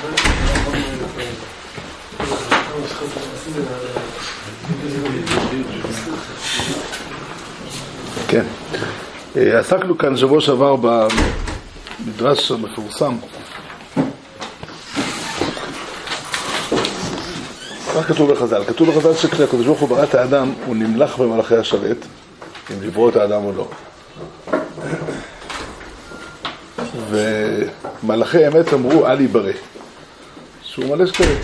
כן. עסקנו כאן שבוע שעבר במדרש המפורסם. מה כתוב בחז"ל? כתוב בחז"ל שכשהקדוש ברוך הוא ברא את האדם, הוא נמלך במלאכי השרת, אם לברוא את האדם או לא. ומלאכי אמת אמרו, אל יברא. שהוא מלא שקרים.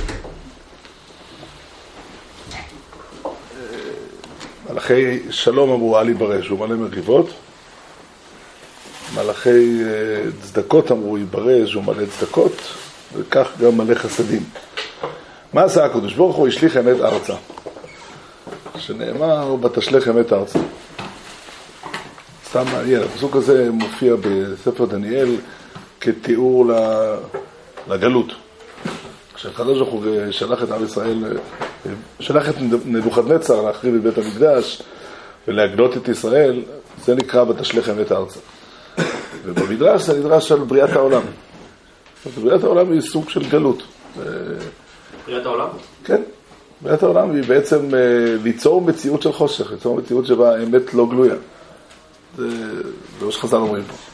מלאכי שלום אמרו, אל יברא, שהוא מלא מריבות. מלאכי צדקות אמרו, יברא, שהוא מלא צדקות. וכך גם מלא חסדים. מה עשה הקדוש ברוך הוא? השליך אמת ארצה. שנאמר, בתשלח אמת ארצה. סתם מעניין, הפסוק הזה מופיע בספר דניאל כתיאור לגלות. כשהקדוש ברוך הוא שלח את עם ישראל, שלח את נבוכדנצר להחריב את בית המקדש ולהגלות את ישראל, זה נקרא בתשלח אמת ארצה. ובמדרש זה נדרש על בריאת העולם. בריאת העולם היא סוג של גלות. בריאת העולם? כן. בריאת העולם היא בעצם ליצור מציאות של חושך, ליצור מציאות שבה האמת לא גלויה. זה מה שחז"ל אומרים פה.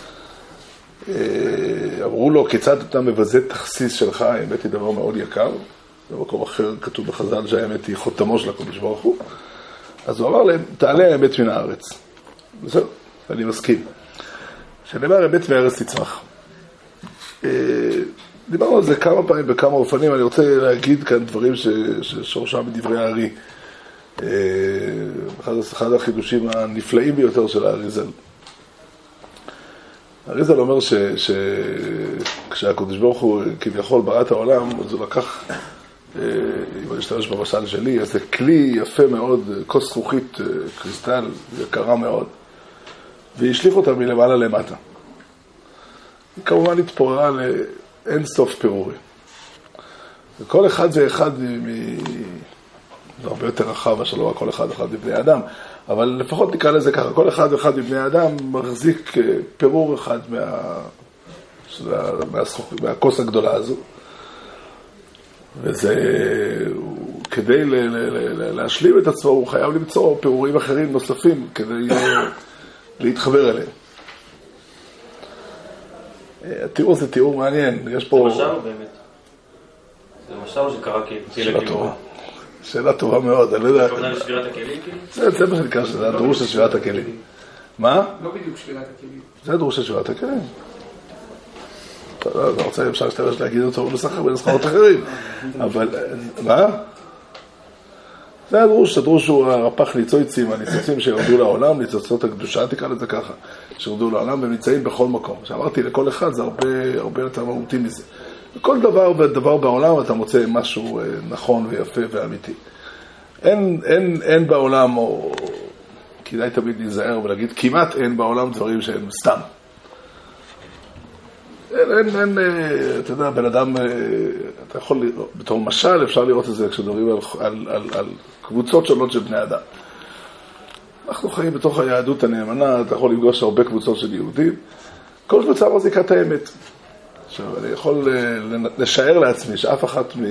אמרו לו, כיצד אתה מבזה תכסיס שלך, האמת היא דבר מאוד יקר. במקום אחר כתוב בחז"ל שהאמת היא חותמו של הקדוש ברוך הוא. אז הוא אמר להם, תעלה האמת מן הארץ. בסדר, אני מסכים. שנאמר, האמת מהארץ תצמח. דיברנו על זה כמה פעמים בכמה אופנים, אני רוצה להגיד כאן דברים ששורשם בדברי הארי. אחד החידושים הנפלאים ביותר של האריזל. האריזל אומר כשהקדוש ברוך הוא כביכול ברא את העולם, אז הוא לקח, אם אני אשתמש במשל שלי, אז זה כלי יפה מאוד, כוס זכוכית, קריסטל, יקרה מאוד, והשליך אותה מלמעלה למטה. היא כמובן התפוררה לאין סוף פירורים. וכל אחד ואחד זה הרבה יותר רחב, מה שלא רק כל אחד מבני האדם, אבל לפחות נקרא לזה ככה, כל אחד ואחד מבני האדם מחזיק פירור אחד מהכוס הגדולה הזו. וזה, כדי להשלים את עצמו, הוא חייב למצוא פירורים אחרים נוספים, כדי להתחבר אליהם. התיאור זה תיאור מעניין, יש פה... זה משל או באמת? זה משל שקרה כאילו? שאלה טובה מאוד, אני לא יודע... הכוונה לשבירת הכלים כאילו? זה מה שנקרא, שזה הדרוש של שבירת הכלים. מה? לא בדיוק שבירת הכלים. זה הדרוש של שבירת הכלים. אתה רוצה, אפשר להשתמש להגיד אותו בנוסחאות אחרים. אבל, מה? זה הדרוש, הדרוש הוא הרפ"ח ניצוצים, הניצוצים שירדו לעולם, ניצוצות הקדושה, תקרא לזה ככה, שירדו לעולם והם נמצאים בכל מקום. שאמרתי, לכל אחד זה הרבה יותר מהותי מזה. בכל דבר ודבר בעולם אתה מוצא משהו נכון ויפה ואמיתי. אין בעולם, או כדאי תמיד להיזהר ולהגיד, כמעט אין בעולם דברים שהם סתם. אין, אתה יודע, בן אדם, אתה יכול, בתור משל אפשר לראות את זה כשדברים על קבוצות שונות של בני אדם. אנחנו חיים בתוך היהדות הנאמנה, אתה יכול לפגוש הרבה קבוצות של יהודים, כל קבוצה מחזיקה את האמת. עכשיו, אני יכול לשער לעצמי שאף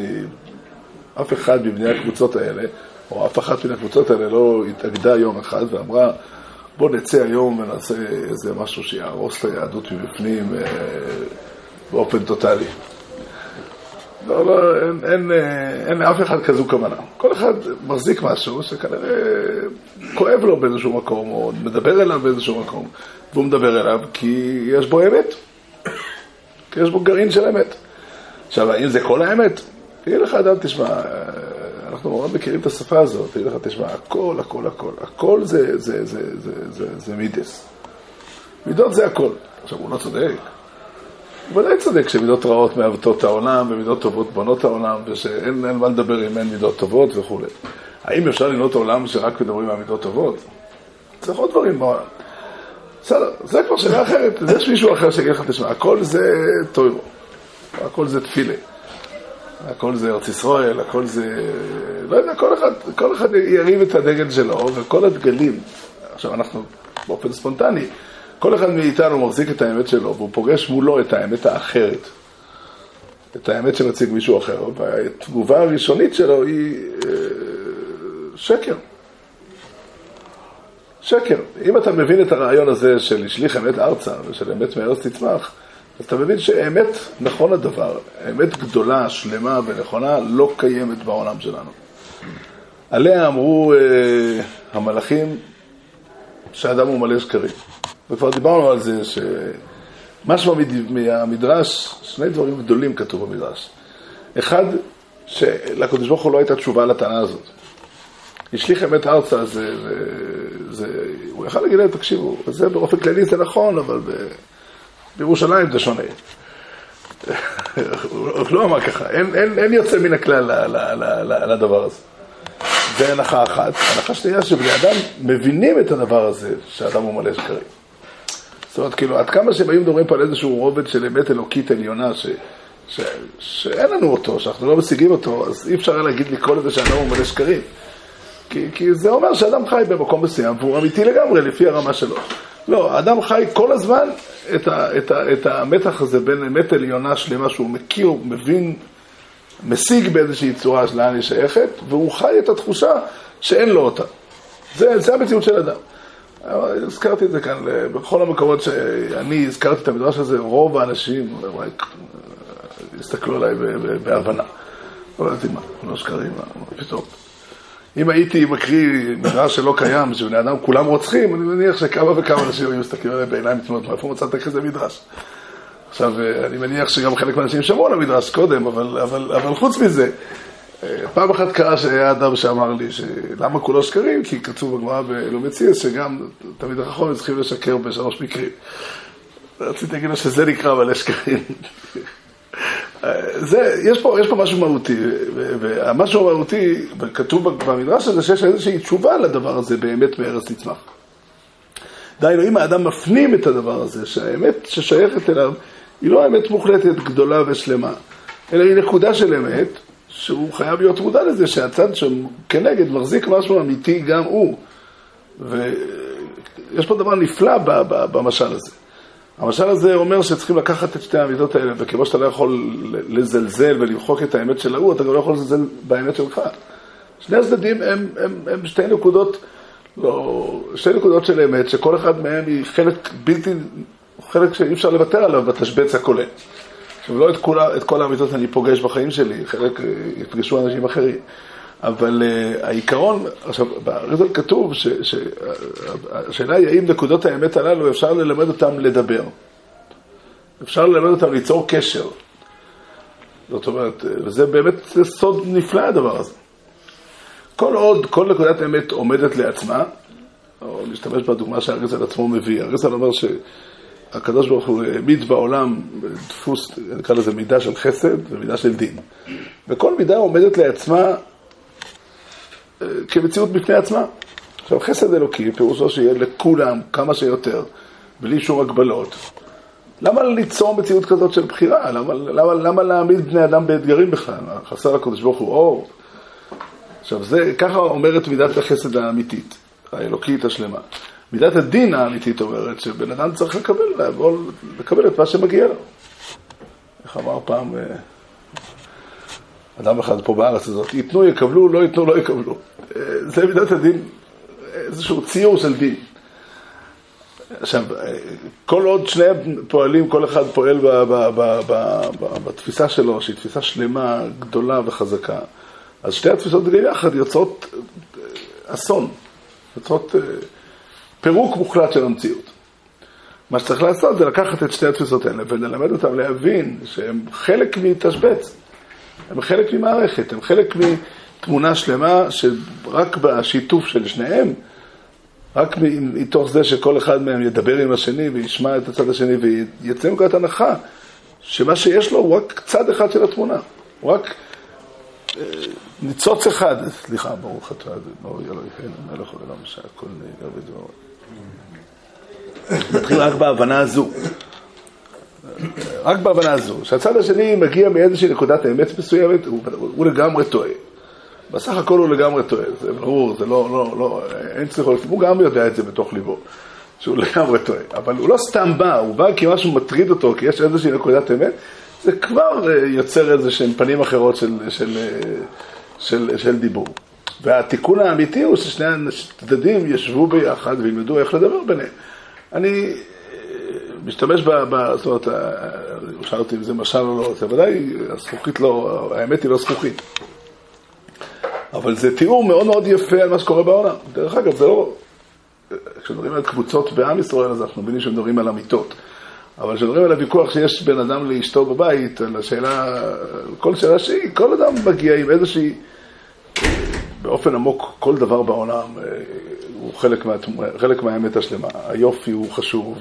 אחד מבני הקבוצות האלה, או אף אחת מן הקבוצות האלה לא התאגדה יום אחד ואמרה, בוא נצא היום ונעשה איזה משהו שיהרוס את היהדות מבפנים באופן טוטלי. לא, אין אף אחד כזו כוונה. כל אחד מחזיק משהו שכנראה כואב לו באיזשהו מקום, או מדבר אליו באיזשהו מקום, והוא מדבר אליו כי יש בו אמת. כי יש בו גרעין של אמת. עכשיו, אם זה כל האמת, תגיד לך אדם, תשמע, אנחנו מאוד מכירים את השפה הזאת, תגיד לך, תשמע, הכל, הכל זה מידס. מידות זה הכל. עכשיו, הוא לא צודק. הוא ודאי צודק שמידות רעות מעוותות העולם, ומידות טובות בונות העולם, ושאין מה לדבר אם אין מידות טובות וכו'. האם אפשר לבנות העולם שרק מדברים על מידות טובות? צריך עוד דברים בעולם. בסדר, זה כבר שאלה אחרת, יש מישהו אחר שיגיד לך, תשמע, הכל זה טוב, הכל זה תפילה, הכל זה ארץ ישראל, הכל זה, לא יודע, כל אחד ירים את הדגל שלו, וכל הדגלים, עכשיו אנחנו באופן ספונטני, כל אחד מאיתנו מחזיק את האמת שלו, והוא פוגש מולו את האמת האחרת. את האמת שמציג מישהו אחר, והתגובה הראשונית שלו היא שקר. שקר. אם אתה מבין את הרעיון הזה של לשליך אמת ארצה ושל אמת מארץ תצמח, אז אתה מבין שאמת נכון הדבר, אמת גדולה, שלמה ונכונה לא קיימת בעולם שלנו. עליה אמרו המלאכים שהאדם הוא מלא שקרים. וכבר דיברנו על זה שמשהו מהמדרש, שני דברים גדולים כתוב במדרש. אחד, שלקדוש ברוך הוא לא הייתה תשובה לטענה הזאת. השליך אמת ארצה, הוא יכל להגיד להם, תקשיבו, זה באופן כללי זה נכון, אבל בירושלים זה שונה. הוא לא אמר ככה, אין יוצא מן הכלל לדבר הזה. זה הנחה אחת. הנחה שנייה שבני אדם מבינים את הדבר הזה, שהאדם הוא מלא שקרים. זאת אומרת, כאילו, עד כמה שהם היו מדברים פה על איזשהו רובד של אמת אלוקית עליונה, שאין לנו אותו, שאנחנו לא משיגים אותו, אז אי אפשר להגיד לקרוא לזה שהאדם הוא מלא שקרים. כי זה אומר שאדם חי במקום מסוים, והוא אמיתי לגמרי לפי הרמה שלו. לא, האדם חי כל הזמן את המתח הזה בין אמת עליונה שלמה שהוא מכיר, הוא מבין, משיג באיזושהי צורה לאן היא שייכת, והוא חי את התחושה שאין לו אותה. זה המציאות של אדם. הזכרתי את זה כאן, בכל המקומות שאני הזכרתי את המדרש הזה, רוב האנשים הסתכלו עליי בהבנה. לא יודעתי מה, לא שקרים, מה פתאום. אם הייתי מקריא מדרש שלא קיים, שבני אדם כולם רוצחים, אני מניח שכמה וכמה אנשים היו מסתכלים עליהם בעיניים מתמודות, מאיפה מצאת כזה מדרש? עכשיו, אני מניח שגם חלק מהאנשים שמעו על המדרש קודם, אבל חוץ מזה, פעם אחת קרה שהיה אדם שאמר לי שלמה כולו שקרים, כי כתוב בגמרא באלום מציאס שגם תמיד החכמים צריכים לשקר בשלוש מקרים. רציתי להגיד לו שזה נקרא מלא שקרים. יש פה משהו מהותי, והמשהו המהותי כתוב במדרש הזה שיש איזושהי תשובה לדבר הזה באמת מארץ תצמח. דיינו, אם האדם מפנים את הדבר הזה, שהאמת ששייכת אליו היא לא אמת מוחלטת גדולה ושלמה, אלא היא נקודה של אמת, שהוא חייב להיות מודע לזה שהצד שכנגד מחזיק משהו אמיתי גם הוא. ויש פה דבר נפלא במשל הזה. המשל הזה אומר שצריכים לקחת את שתי האמיתות האלה, וכמו שאתה לא יכול לזלזל ולמחוק את האמת של ההוא, אתה גם לא יכול לזלזל באמת שלך. שני הצדדים הם שתי נקודות של אמת, שכל אחד מהם היא חלק שאי אפשר לוותר עליו בתשבץ הכולל. עכשיו, לא את כל האמיתות אני פוגש בחיים שלי, חלק יפגשו אנשים אחרים. אבל העיקרון, עכשיו, באריזל כתוב שהשאלה היא האם נקודות האמת הללו אפשר ללמד אותם לדבר. אפשר ללמד אותם ליצור קשר. זאת אומרת, וזה באמת סוד נפלא הדבר הזה. כל נקודת האמת עומדת לעצמה, או להשתמש בדוגמה שהאריזל עצמו מביא. האריזל אומר שהקדוש ברוך הוא העמיד בעולם דפוס, נקרא לזה מידה של חסד ומידה של דין. וכל מידה עומדת לעצמה כמציאות בפני עצמה. עכשיו, חסד אלוקי, פירושו שיהיה לכולם כמה שיותר, בלי שום הגבלות. למה ליצור מציאות כזאת של בחירה? למה להעמיד בני אדם באתגרים בכלל? חסר לקדוש ברוך הוא אור. עכשיו, ככה אומרת מידת החסד האמיתית, האלוקית השלמה. מידת הדין האמיתית אומרת שבן אדם צריך לקבל את מה שמגיע לו. איך אמר פעם אדם אחד פה בארץ הזאת, ייתנו יקבלו, לא ייתנו לא יקבלו. זה מידת הדין, איזשהו ציור של דין. עכשיו, כל עוד שני פועלים, כל אחד פועל בתפיסה שלו, שהיא תפיסה שלמה, גדולה וחזקה, אז שתי התפיסות ביחד יוצאות אסון, יוצאות פירוק מוחלט של המציאות. מה שצריך לעשות זה לקחת את שתי התפיסות האלה וללמד אותם להבין שהם חלק מתשבץ, הם חלק ממערכת, הם חלק מתמונה שלמה שרק בשיתוף של שניהם, רק מתוך זה שכל אחד מהם ידבר עם השני וישמע את הצד השני ויצא מנקודת הנחה שמה שיש לו הוא רק צד אחד של התמונה, הוא רק ניצוץ אחד. סליחה, ברוך אתה, ברוך אלוהינו מלך העולם שהכל נהיגה בדברו. נתחיל רק בהבנה הזו. רק בהבנה הזו, שהצד השני מגיע מאיזושהי נקודת האמת מסוימת, הוא לגמרי טועה. בסך הכל הוא לגמרי טועה, זה ברור, זה לא, אין צריך להיות, הוא גם יודע את זה בתוך ליבו, שהוא לגמרי טועה. אבל הוא לא סתם בא, הוא בא כי משהו מטריד אותו, כי יש איזושהי נקודת אמת, זה כבר יוצר איזה שהם פנים אחרות של דיבור. והתיקון האמיתי הוא ששני הצדדים ישבו ביחד וילמדו איך לדבר ביניהם. אני משתמש זאת אומרת, הוא שאל אותי אם זה משל או לא, זה ודאי, הזכוכית לא, האמת היא לא זכוכית. אבל זה תיאור מאוד מאוד יפה על מה שקורה בעולם. דרך אגב, זה לא, כשמדברים על קבוצות בעם ישראל, אז אנחנו מבינים שמדברים על אמיתות. אבל כשמדברים על הוויכוח שיש בין אדם לאשתו בבית, על השאלה, כל שאלה שהיא, כל אדם מגיע עם איזושהי, באופן עמוק, כל דבר בעולם הוא חלק מהאמת השלמה. היופי הוא חשוב,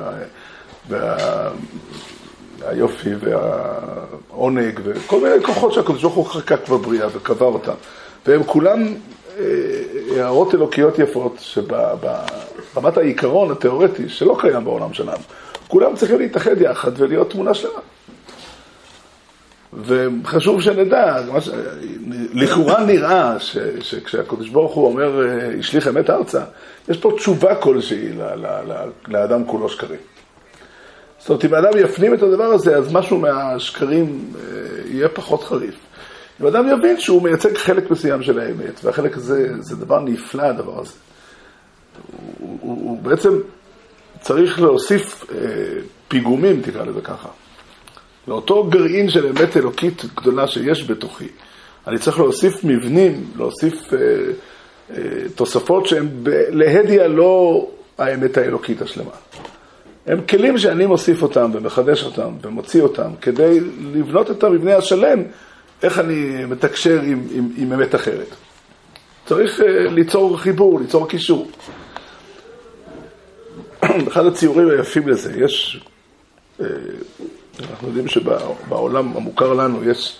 והיופי והעונג, וכל מיני כוחות שהקדוש ברוך הוא חקק בבריאה וקבע אותם. והם כולם הערות אלוקיות יפות שברמת העיקרון התיאורטי שלא קיים בעולם שלנו. כולם צריכים להתאחד יחד ולהיות תמונה שלמה. וחשוב שנדע, לכאורה נראה שכשהקדוש ברוך הוא אומר, ישליך אמת ארצה, יש פה תשובה כלשהי לאדם כולו שקרים. זאת אומרת, אם האדם יפנים את הדבר הזה, אז משהו מהשקרים יהיה פחות חריף. אם האדם יבין שהוא מייצג חלק מסוים של האמת, והחלק הזה זה דבר נפלא, הדבר הזה. הוא בעצם צריך להוסיף פיגומים, תקרא לזה ככה. לאותו גרעין של אמת אלוקית גדולה שיש בתוכי. אני צריך להוסיף מבנים, להוסיף תוספות שהן להדיה לא האמת האלוקית השלמה. הם כלים שאני מוסיף אותם ומחדש אותם ומוציא אותם כדי לבנות את המבנה השלם, איך אני מתקשר עם אמת אחרת. צריך ליצור חיבור, ליצור קישור. אחד הציורים היפים לזה, יש, אנחנו יודעים שבעולם המוכר לנו יש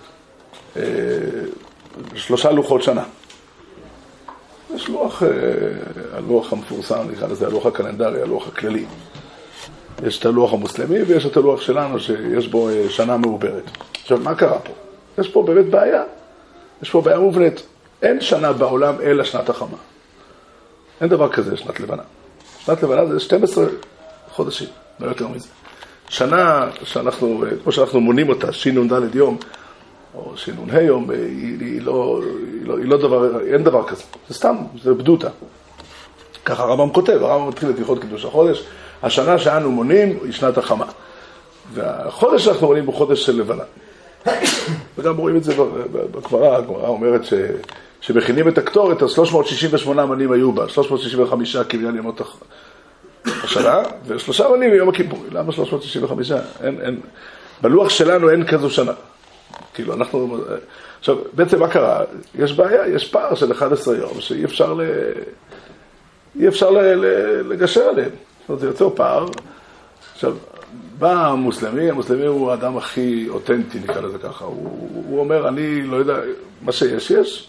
3 לוחות שנה. יש הלוח המפורסם, נקרא לזה הלוח הקלנדרי, הלוח הכללי. יש את הלוח המוסלמי ויש את הלוח שלנו שיש בו שנה מעוברת. עכשיו, מה קרה פה? יש פה באמת בעיה. יש פה בעיה מובנית. אין שנה בעולם אלא שנת החמה. אין דבר כזה שנת לבנה. שנת לבנה זה 12 חודשים, לא יותר מזה. שנה שאנחנו, כמו שאנחנו מונים אותה, שינ"ד יום, או שינ"ה יום, היא לא דבר, אין דבר כזה. זה סתם, זה בדותה. ככה הרמב"ם כותב, הרמב"ם מתחיל את הלכות קידוש החודש. השנה שאנו מונים היא שנת החמה. והחודש שאנחנו מונים הוא חודש של לבנה. וגם רואים את זה בגמרא, הגמרא אומרת שמכינים את הקטורת, אז 368 מנים היו בה, 365 כמניין ימות השנה, ו3 מנים מיום הכיפור. למה 365? בלוח שלנו אין כזו שנה. כאילו אנחנו... עכשיו, בעצם מה קרה? יש בעיה, יש פער של 11 יום, שאי אפשר לגשר עליהם. זאת אומרת, זה יוצר פער. עכשיו, בא המוסלמי הוא האדם הכי אותנטי, נקרא לזה ככה. הוא אומר, אני לא יודע, מה שיש, יש.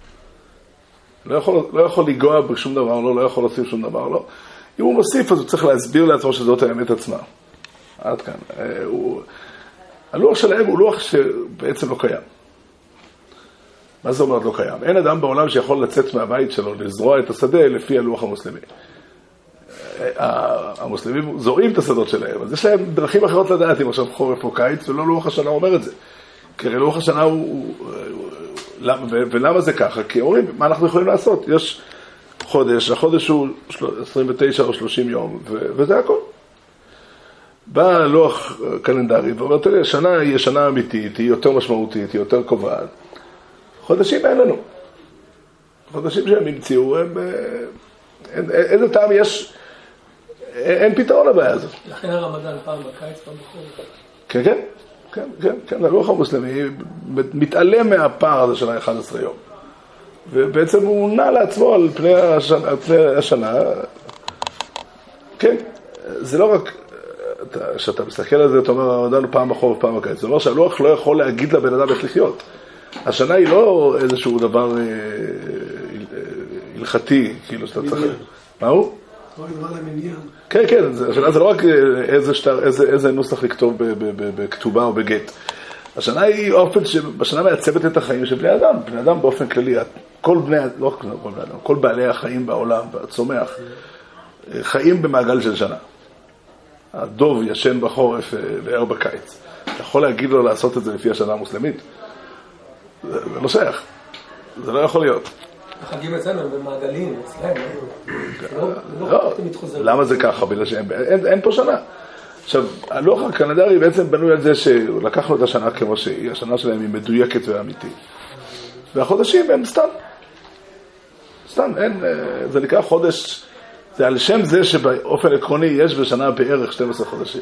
לא יכול לגוע בשום דבר, לא יכול להוסיף שום דבר, לא. אם הוא מוסיף, אז הוא צריך להסביר לעצמו שזאת האמת עצמה. עד כאן. הלוח שלהם הוא לוח שבעצם לא קיים. מה זה אומר לא קיים? אין אדם בעולם שיכול לצאת מהבית שלו, לזרוע את השדה לפי הלוח המוסלמי. המוסלמים זורעים את השדות שלהם, אז יש להם דרכים אחרות לדעת אם עכשיו חורף או קיץ, ולא לוח השנה אומר את זה. כי הרי לוח השנה הוא... ולמה זה ככה? כי אומרים, מה אנחנו יכולים לעשות? יש חודש, החודש הוא 29 או 30 יום, וזה הכל. בא לוח קלנדרי ואומר, תראה, השנה היא שנה אמיתית, היא יותר משמעותית, היא יותר קובעת. חודשים אין לנו. חודשים שהם המציאו, איזה טעם יש, אין פתרון לבעיה הזאת. לכן הרמדאן פעם בקיץ, פעם בחורף. כן, כן, כן, כן, הלוח המוסלמי מתעלם מהפער הזה של ה-11 יום. ובעצם הוא נע לעצמו על פני השנה. כן, זה לא רק, כשאתה מסתכל על זה, אתה אומר, הרמדאן פעם בחורף, פעם בקיץ. זה אומר שהלוח לא יכול להגיד לבן אדם איך לחיות. השנה היא לא איזשהו דבר הלכתי, כאילו שאתה צריך... מה הוא? כן, כן, השנה זה לא רק איזה נוסח לכתוב בכתובה או בגט. השנה היא אופן שבשנה מעצבת את החיים של בני אדם. בני אדם באופן כללי, כל בני, לא כל בני אדם, כל בעלי החיים בעולם והצומח, חיים במעגל של שנה. הדוב ישן בחורף וער בקיץ. אתה יכול להגיד לו לעשות את זה לפי השנה המוסלמית? זה לא שייך. זה לא יכול להיות. החגים אצלנו הם במעגלים, אצלם. לא, למה זה ככה? בגלל שאין פה שנה. עכשיו, הלוח הקלנדרי בעצם בנוי על זה שלקחנו את השנה כמו שהיא, השנה שלהם היא מדויקת ואמיתית. והחודשים הם סתם. סתם, אין, זה נקרא חודש, זה על שם זה שבאופן עקרוני יש בשנה בערך 12 חודשים.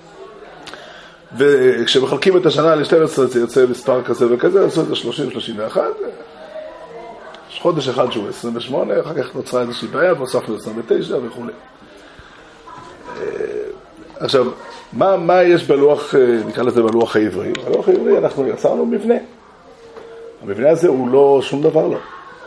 וכשמחלקים את השנה ל-12 זה יוצא מספר כזה וכזה, עשו את זה 30-31, יש חודש אחד שהוא 28, אחר כך נוצרה איזושהי בעיה, והוספנו 29 וכו'. עכשיו, מה יש בלוח, נקרא לזה בלוח העברי? בלוח העברי אנחנו יצרנו מבנה. המבנה הזה הוא לא, שום דבר לא.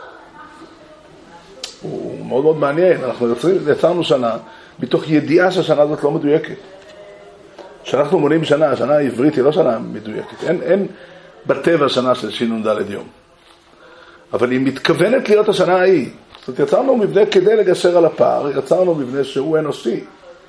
הוא מאוד מאוד מעניין. אנחנו יצרנו שנה, מתוך ידיעה שהשנה הזאת לא מדויקת. כשאנחנו מונים שנה, השנה העברית היא לא שנה מדויקת. אין בטבע שנה של שינ"ד יום. אבל היא מתכוונת להיות השנה ההיא. זאת אומרת, יצרנו מבנה כדי לגשר על הפער, יצרנו מבנה שהוא אנושי.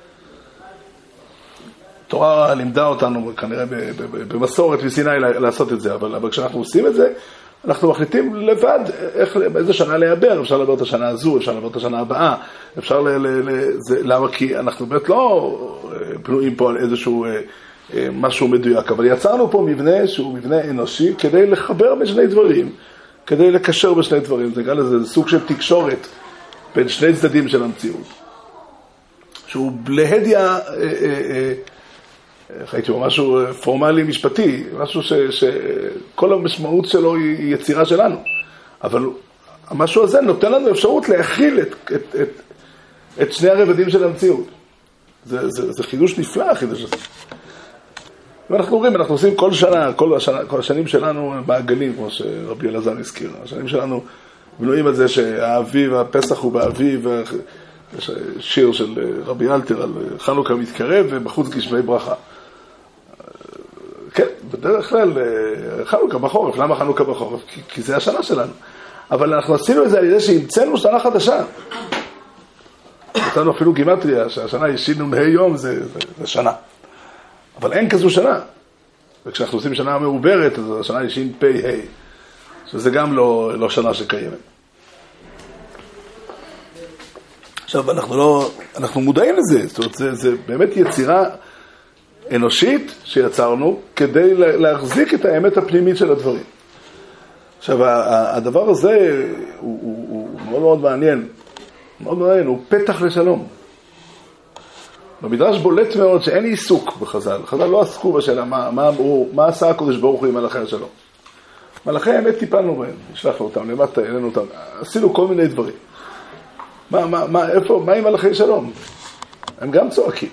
תורה לימדה אותנו כנראה במסורת מסיני לעשות את זה, אבל כשאנחנו עושים את זה, אנחנו מחליטים לבד איזה שנה להיעבר, אפשר לעבור את השנה הזו, אפשר לעבור את השנה הבאה, אפשר למה? כי אנחנו באמת לא בנויים פה על איזשהו משהו מדויק, אבל יצרנו פה מבנה שהוא מבנה אנושי כדי לחבר בשני דברים, כדי לקשר בשני דברים, זה גם איזה סוג של תקשורת בין שני צדדים של המציאות, שהוא להדיה, הייתי אומר משהו פורמלי משפטי, משהו שכל המשמעות שלו היא יצירה שלנו. אבל המשהו הזה נותן לנו אפשרות להכיל את שני הרבדים של המציאות. זה חידוש נפלא, החידוש הזה. ואנחנו רואים, אנחנו עושים כל שנה, כל השנים שלנו מעגלים, כמו שרבי אלעזר הזכיר. השנים שלנו בנויים על זה שהאביב, הפסח הוא באביב, יש שיר של רבי אלתר על חנוכה מתקרב ובחוץ גשמי ברכה. כן, בדרך כלל חנוכה בחורף. למה חנוכה בחורף? כי זה השנה שלנו. אבל אנחנו עשינו את זה על ידי שהמצאנו שנה חדשה. נתנו אפילו גימטריה, שהשנה היא שינ"ה יום, זה שנה. אבל אין כזו שנה. וכשאנחנו עושים שנה מעוברת, אז השנה היא ש"פ"ה, שזה גם לא שנה שקיימת. עכשיו, אנחנו מודעים לזה. זאת אומרת, זה באמת יצירה אנושית שיצרנו כדי להחזיק את האמת הפנימית של הדברים. עכשיו, הדבר הזה הוא מאוד מאוד מעניין. מאוד מעניין, הוא פתח לשלום. במדרש בולט מאוד שאין עיסוק בחז"ל. חז"ל לא עסקו בשאלה מה עשה הקדוש ברוך הוא עם מלאכי השלום. מלאכי האמת טיפלנו בהם, השלחנו אותם למטה, העלינו אותם, עשינו כל מיני דברים. מה עם מלאכי שלום? הם גם צועקים.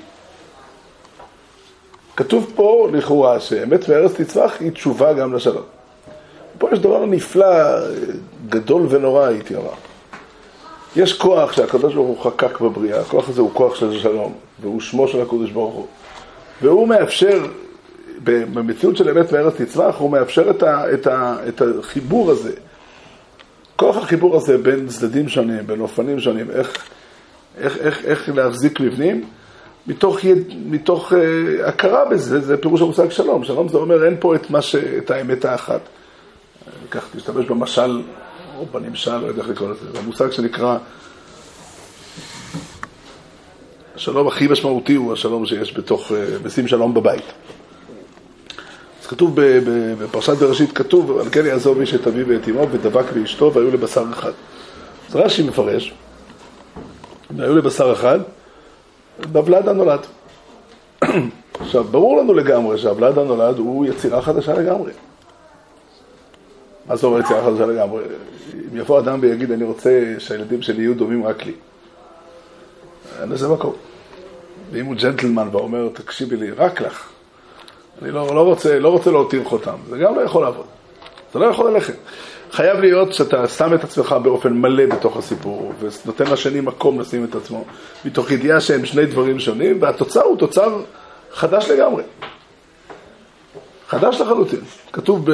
כתוב פה לכאורה שאמת מארץ תצמח היא תשובה גם לשלום. פה יש דבר נפלא, גדול ונורא, הייתי אומר. יש כוח שהקדוש ברוך הוא חקק בבריאה, הכוח הזה הוא כוח של שלום, והוא שמו של הקדוש ברוך הוא. והוא מאפשר, במציאות של אמת מארץ תצמח, הוא מאפשר את החיבור הזה. כוח החיבור הזה בין צדדים שונים, בין אופנים שונים, איך להחזיק מבנים, מתוך הכרה בזה, זה פירוש המושג שלום. שלום זה אומר, אין פה את האמת האחת. כך תשתמש במשל, או בנמשל, לא יודע איך לקרוא לזה. זה המושג שנקרא, השלום הכי משמעותי הוא השלום שיש בשים שלום בבית. אז כתוב בפרשת בראשית, כתוב, על כן יעזוב איש את אביו ואת אמו, ודבק באשתו, והיו לבשר אחד. אז רש"י מפרש, והיו לבשר אחד, בוולד הנולד. עכשיו, ברור לנו לגמרי שהוולד הנולד הוא יצירה חדשה לגמרי. מה זאת אומרת יצירה חדשה לגמרי? אם יבוא אדם ויגיד, אני רוצה שהילדים שלי יהיו דומים רק לי. אין לזה מקום. ואם הוא ג'נטלמן ואומר, תקשיבי לי, רק לך. אני לא רוצה להותיר חותם. זה גם לא יכול לעבוד. זה לא יכול ללכת. חייב להיות שאתה שם את עצמך באופן מלא בתוך הסיפור, ונותן לשני מקום לשים את עצמו, מתוך ידיעה שהם שני דברים שונים, והתוצר הוא תוצר חדש לגמרי. חדש לחלוטין. כתוב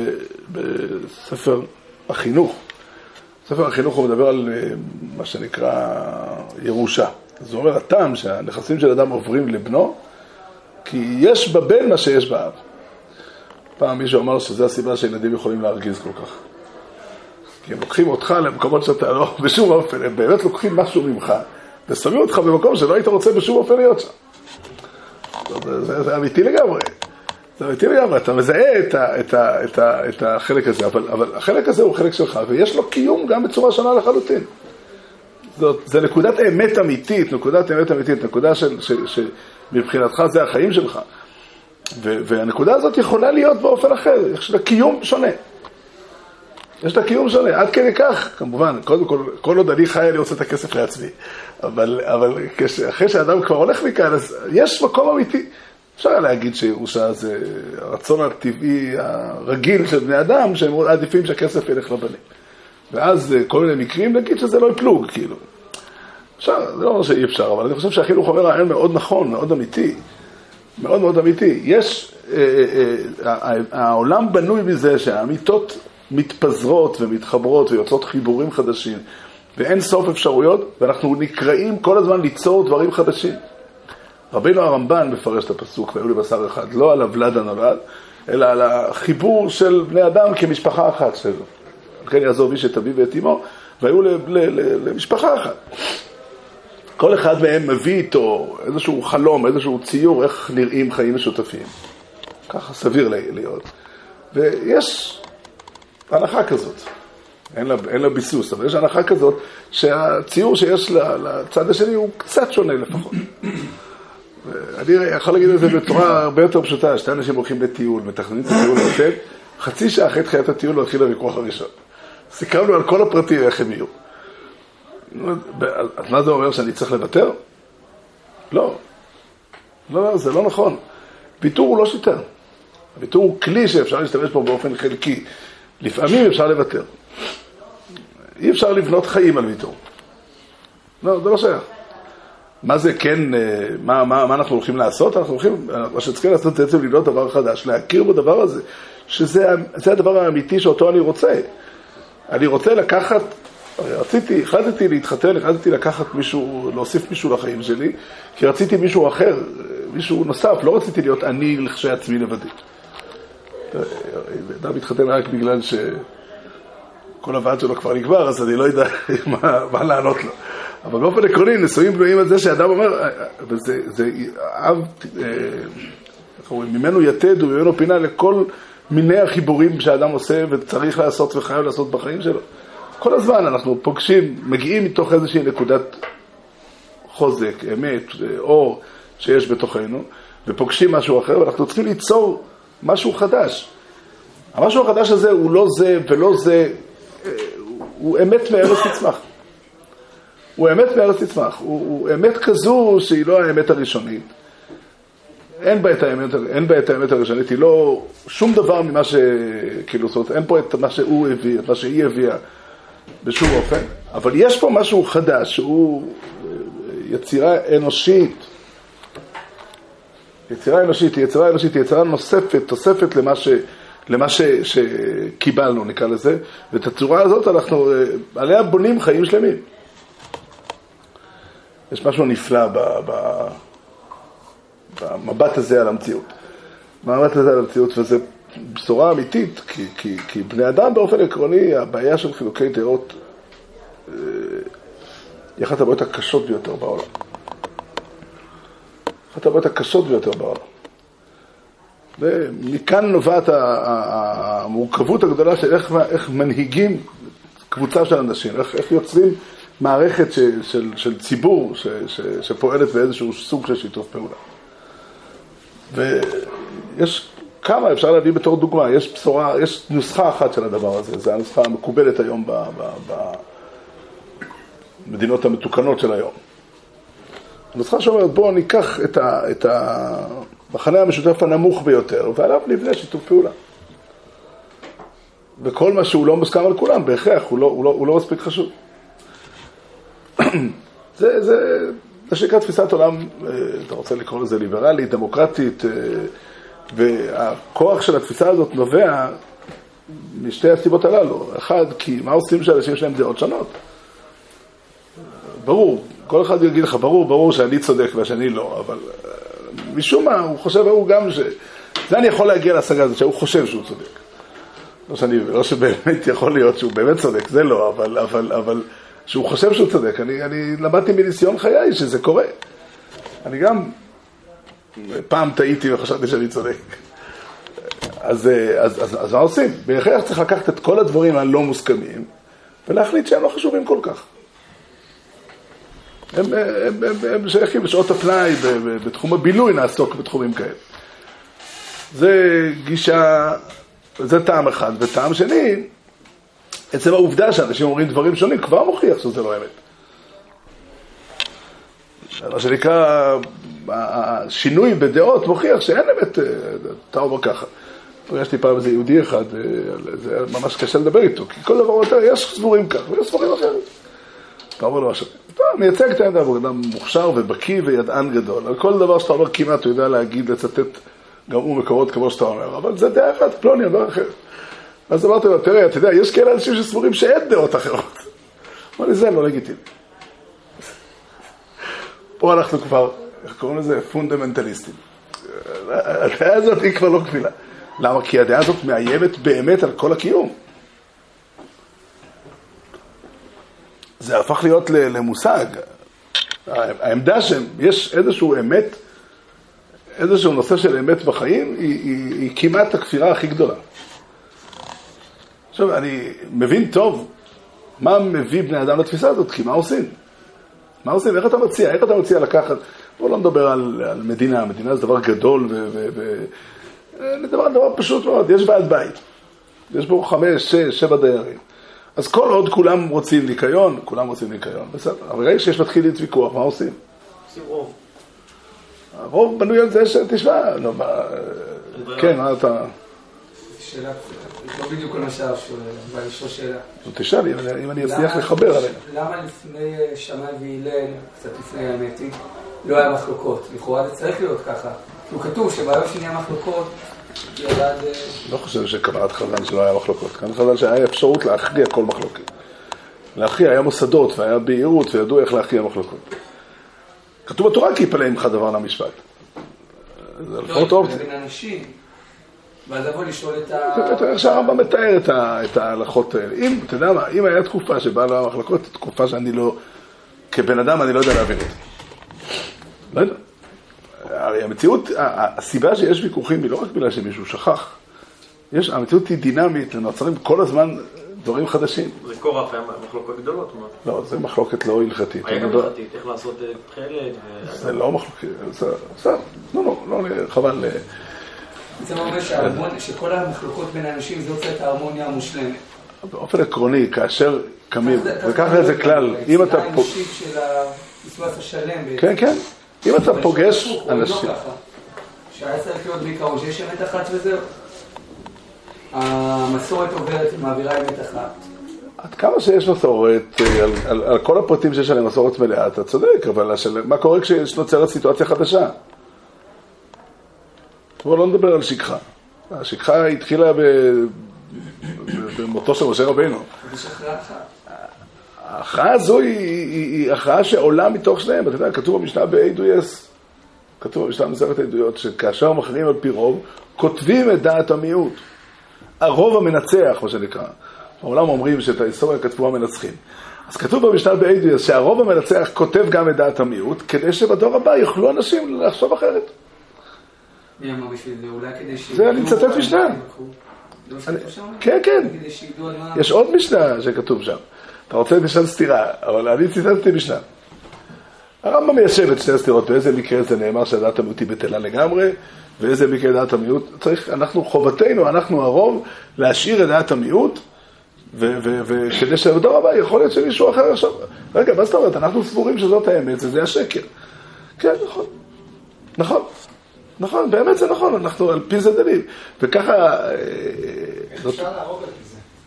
בספר החינוך. ספר החינוך הוא מדבר על מה שנקרא ירושה. זה אומר הטעם שהנכסים של אדם עוברים לבנו, כי יש בבן מה שיש באב. פעם מישהו אמר שזה הסיבה שילדים יכולים להרגיז כל כך. כי הם לוקחים אותך למקומות שאתה לא, בשום אופן, הם באמת לוקחים משהו ממך, ושמים אותך במקום שלא היית רוצה בשום אופן להיות שם. זה אמיתי לגמרי. זה אמיתי לגמרי, אתה מזהה את החלק הזה, אבל החלק הזה הוא חלק שלך, ויש לו קיום גם בצורה שונה לחלוטין. זה נקודת אמת אמיתית, נקודה שמבחינתך זה החיים שלך. והנקודה הזאת יכולה להיות באופן אחר, יש לה קיום שונה. עד כדי כך, כמובן, קודם כל עוד אני חי, אני רוצה את הכסף לעצמי. אבל אחרי שהאדם כבר הולך מכאן, אז יש מקום אמיתי. אפשר להגיד שירושה זה הרצון הטבעי הרגיל של בני אדם, שהם עדיפים שהכסף ילך לבנים. ואז כל מיני מקרים נגיד שזה לא יפלוג, כאילו. אפשר, זה לא אומר שאי אפשר, אבל אני חושב שהחינוך אומר רעיון מאוד נכון, מאוד אמיתי. מאוד מאוד אמיתי. יש, העולם בנוי מזה שהאמיתות מתפזרות ומתחברות ויוצאות חיבורים חדשים, ואין סוף אפשרויות, ואנחנו נקראים כל הזמן ליצור דברים חדשים. רבינו הרמב"ן מפרש את הפסוק, והיו לי בשר אחד, לא על הוולד הנולד, אלא על החיבור של בני אדם כמשפחה אחת שלו. לכן יעזוב איש את אביו ואת אמו, והיו למשפחה אחת. כל אחד מהם מביא איתו איזשהו חלום, איזשהו ציור, איך נראים חיים משותפים. ככה סביר להיות. ויש הנחה כזאת. אין לה ביסוס, אבל יש הנחה כזאת שהציור שיש לצד השני הוא קצת שונה לפחות. אני יכול להגיד את זה בצורה הרבה יותר פשוטה. שתי אנשים הולכים לטיול, מתכננים את הטיול היטב, חצי שעה אחרי תחילת הטיול לא התחיל הוויכוח הראשון. סיכמנו על כל הפרטים איך הם יהיו. אז מה זה אומר, שאני צריך לוותר? לא. לא, זה לא נכון. ויתור הוא לא שיטה. הוויתור הוא כלי שאפשר להשתמש בו באופן חלקי. לפעמים אפשר לוותר. אי אפשר לבנות חיים על ויתור. לא, זה לא שייך. מה זה כן, מה אנחנו הולכים לעשות? אנחנו הולכים, מה שצריכים לעשות זה בעצם לבנות דבר חדש, להכיר בדבר הזה, שזה הדבר האמיתי שאותו אני רוצה. אני רוצה לקחת, החלטתי להתחתן, החלטתי לקחת מישהו, להוסיף מישהו לחיים שלי, כי רציתי מישהו אחר, מישהו נוסף, לא רציתי להיות אני כשעצמי לבדי. אדם מתחתן רק בגלל שכל הוועד שלו כבר נגבר, אז אני לא יודע מה לענות לו. אבל באופן עקרוני, נישואים בנויים על זה שאדם אומר, וזה אב, ממנו יתד וממנו פינה לכל מיני החיבורים שהאדם עושה וצריך לעשות וחייב לעשות בחיים שלו. כל הזמן אנחנו פוגשים, מגיעים מתוך איזושהי נקודת חוזק, אמת, אור שיש בתוכנו, ופוגשים משהו אחר, ואנחנו צריכים ליצור משהו חדש. המשהו החדש הזה הוא לא זה ולא זה, הוא אמת מארץ תצמח. הוא אמת מארץ תצמח. הוא אמת כזו שהיא לא האמת הראשונית. אין בה את האמת הראשונית, היא לא שום דבר ממה כאילו, זאת אומרת, אין פה את מה שהוא הביא, את מה שהיא הביאה בשום אופן, אבל יש פה משהו חדש, שהוא יצירה אנושית. יצירה אנושית, היא יצירה נוספת, תוספת למה שקיבלנו, נקרא לזה, ואת הצורה הזאת אנחנו, עליה בונים חיים שלמים. יש משהו נפלא במבט הזה על המציאות. במבט הזה על המציאות, וזה בשורה אמיתית, כי בני אדם באופן עקרוני, הבעיה של חילוקי דעות, היא אחת הבעיות הקשות ביותר בעולם. אחת הבעיות הקשות ביותר בעולם. ומכאן נובעת המורכבות הגדולה של איך מנהיגים קבוצה של אנשים, איך יוצרים מערכת של ציבור שפועלת באיזשהו סוג של שיתוף פעולה. ויש כמה אפשר להביא בתור דוגמה, יש בשורה, יש נוסחה אחת של הדבר הזה, זה הנוסחה המקובלת היום במדינות המתוקנות של היום. הנוסחה שאומרת, בואו ניקח את המחנה המשותף הנמוך ביותר, ועליו נבנה שיתוף פעולה. וכל מה שהוא לא מוסכם על כולם, בהכרח, הוא לא מספיק חשוב. זה שנקרא תפיסת עולם, אתה רוצה לקרוא לזה ליברלית, דמוקרטית, והכוח של התפיסה הזאת נובע משתי הסיבות הללו. אחד, כי מה עושים שאנשים שלהם דעות שונות? ברור, כל אחד יגיד לך, ברור שאני צודק והשני לא, אבל משום מה הוא חושב הוא גם זה אני יכול להגיע להשגה הזאת, שהוא חושב שהוא צודק. לא שבאמת יכול להיות שהוא באמת צודק, זה לא, אבל שהוא חושב שהוא צודק. אני למדתי מניסיון חיי שזה קורה. אני גם פעם טעיתי וחשבתי שאני צודק. אז מה עושים? בהכרח צריך לקחת את כל הדברים הלא מוסכמים, ולהחליט שהם לא חשובים כל כך. הם שייכים בשעות הפנאי, בתחום הבילוי נעסוק בתחומים כאלה. זה גישה, זה טעם אחד. וטעם שני, עצם העובדה שאנשים אומרים דברים שונים, כבר מוכיח שזה לא אמת. מה שנקרא, השינוי בדעות מוכיח שאין אמת, אתה אומר ככה. פגשתי פעם איזה יהודי אחד, זה ממש קשה לדבר איתו, כי כל דבר יותר, יש סבורים כך, ויש סבורים אחרת. אתה אומר לו משהו, אתה מייצג את העמדה, הוא אדם מוכשר ובקיא וידען גדול. על כל דבר שאתה אומר כמעט, הוא יודע להגיד, לצטט גם הוא מקורות כמו שאתה אומר, אבל זה דעה אחת, פלוני, דבר אחר. אז אמרתי לו, תראה, אתה יודע, יש כאלה אנשים שסבורים שאין דעות אחרות. אמר לי, זה לא לגיטימי. פה אנחנו כבר, איך קוראים לזה? פונדמנטליסטים. הדעה הזאת היא כבר לא קבילה. למה? כי הדעה הזאת מאיימת באמת על כל הקיום. זה הפך להיות למושג. העמדה שיש איזשהו אמת, איזשהו נושא של אמת בחיים, היא כמעט הכפירה הכי גדולה. עכשיו, אני מבין טוב מה מביא בני אדם לתפיסה הזאת, כי מה עושים? מה עושים? איך אתה מציע? איך אתה מציע לקחת? בואו לא נדבר על מדינה. מדינה זה דבר גדול דבר פשוט מאוד. יש ועד בית. יש בו 5, 6, 7 דיירים. אז כל עוד כולם רוצים ניקיון, כולם רוצים ניקיון. בסדר. אבל ראי שיש מתחיל להתוויכוח, מה עושים? עושים רוב. הרוב בנוי על זה שתשמע. כן, מה אתה... שאלה, לא בדיוק כל מה שאלה, אבל יש לו שאלה. תשאל, אם אני אצליח לחבר עליהם. למה לפני שמאי והלל, קצת לפני האמת, לא היה מחלוקות? לכאורה זה צריך להיות ככה. כי הוא כתוב שביום שנהיה מחלוקות, ירד... לא חושב שקבלת חז"ל שלא היה מחלוקות. כאן חז"ל שהיה אפשרות להכריע כל מחלוקת. להכריע היה מוסדות והיה בהירות וידעו איך להכריע מחלוקות. כתוב בתורה כי יפלא עמך דבר למשפט. זה לפחות אופציה. בין אנשים. ואז לבוא לשאול את ה... איך שהרמב"ם מתאר את ההלכות האלה. אתה יודע מה, אם היה תקופה שבה לא היה מחלוקות, תקופה שאני לא, כבן אדם אני לא יודע להבין את זה. לא יודע. הרי המציאות, הסיבה שיש ויכוחים היא לא רק בגלל שמישהו שכח. המציאות היא דינמית, נוצרים כל הזמן דברים חדשים. זה קורח, היה מחלוקות גדולות, מה? לא, זה מחלוקת לא הלכתית. היה גם הלכתית, איך לעשות תכלת זה לא מחלוקת, זה, לא, חבל. זה אומר שכל המחלוקות בין האנשים זה עושה את ההרמוניה המושלמת. באופן עקרוני, כאשר קמים, וככה איזה כלל, אם אתה... זה האנושית של המסמך השלם. כן, כן. אם אתה פוגש אנשים... שהיה צריך להיות בעיקרון שיש אמת אחת וזהו. המסורת עוברת, מעבירה אמת אחת. עד כמה שיש מסורת, על כל הפרטים שיש עליהם מסורת מלאה, אתה צודק, אבל מה קורה כשיש נוצרת סיטואציה חדשה? בואו לא נדבר על שכחה. השכחה התחילה במותו של משה רבינו. יש הכרעה אחת. ההכרעה הזו היא הכרעה שעולה מתוך שניהם. אתה יודע, כתוב במשנה בעדויות, כתוב במשנה מסכת העדויות, שכאשר מכריעים על פי רוב, כותבים את דעת המיעוט. הרוב המנצח, מה שנקרא. בעולם אומרים שאת ההיסטוריה כתבו המנצחים. אז כתוב במשנה בעדויות שהרוב המנצח כותב גם את דעת המיעוט, כדי שבדור הבא יוכלו אנשים לחשוב אחרת. מי אמר בשביל זה? אולי כדי ש... זה אני מצטט משנה. כן, כן. יש עוד משנה שכתוב שם. אתה רוצה לשאול סתירה, אבל אני ציטטתי משנה. הרמב"ם מיישב את שתי הסתירות, באיזה מקרה זה נאמר שהדעת המיעוט היא בטלה לגמרי, ואיזה מקרה דעת המיעוט. חובתנו, אנחנו הרוב, להשאיר את דעת המיעוט, וכדי שבדור הבא יכול להיות שמישהו אחר עכשיו... רגע, מה זאת אומרת? אנחנו סבורים שזאת האמת, וזה השקר. כן, נכון. נכון. נכון, באמת זה נכון, אנחנו על פי זה דנים. וככה... אפשר להרוג על פי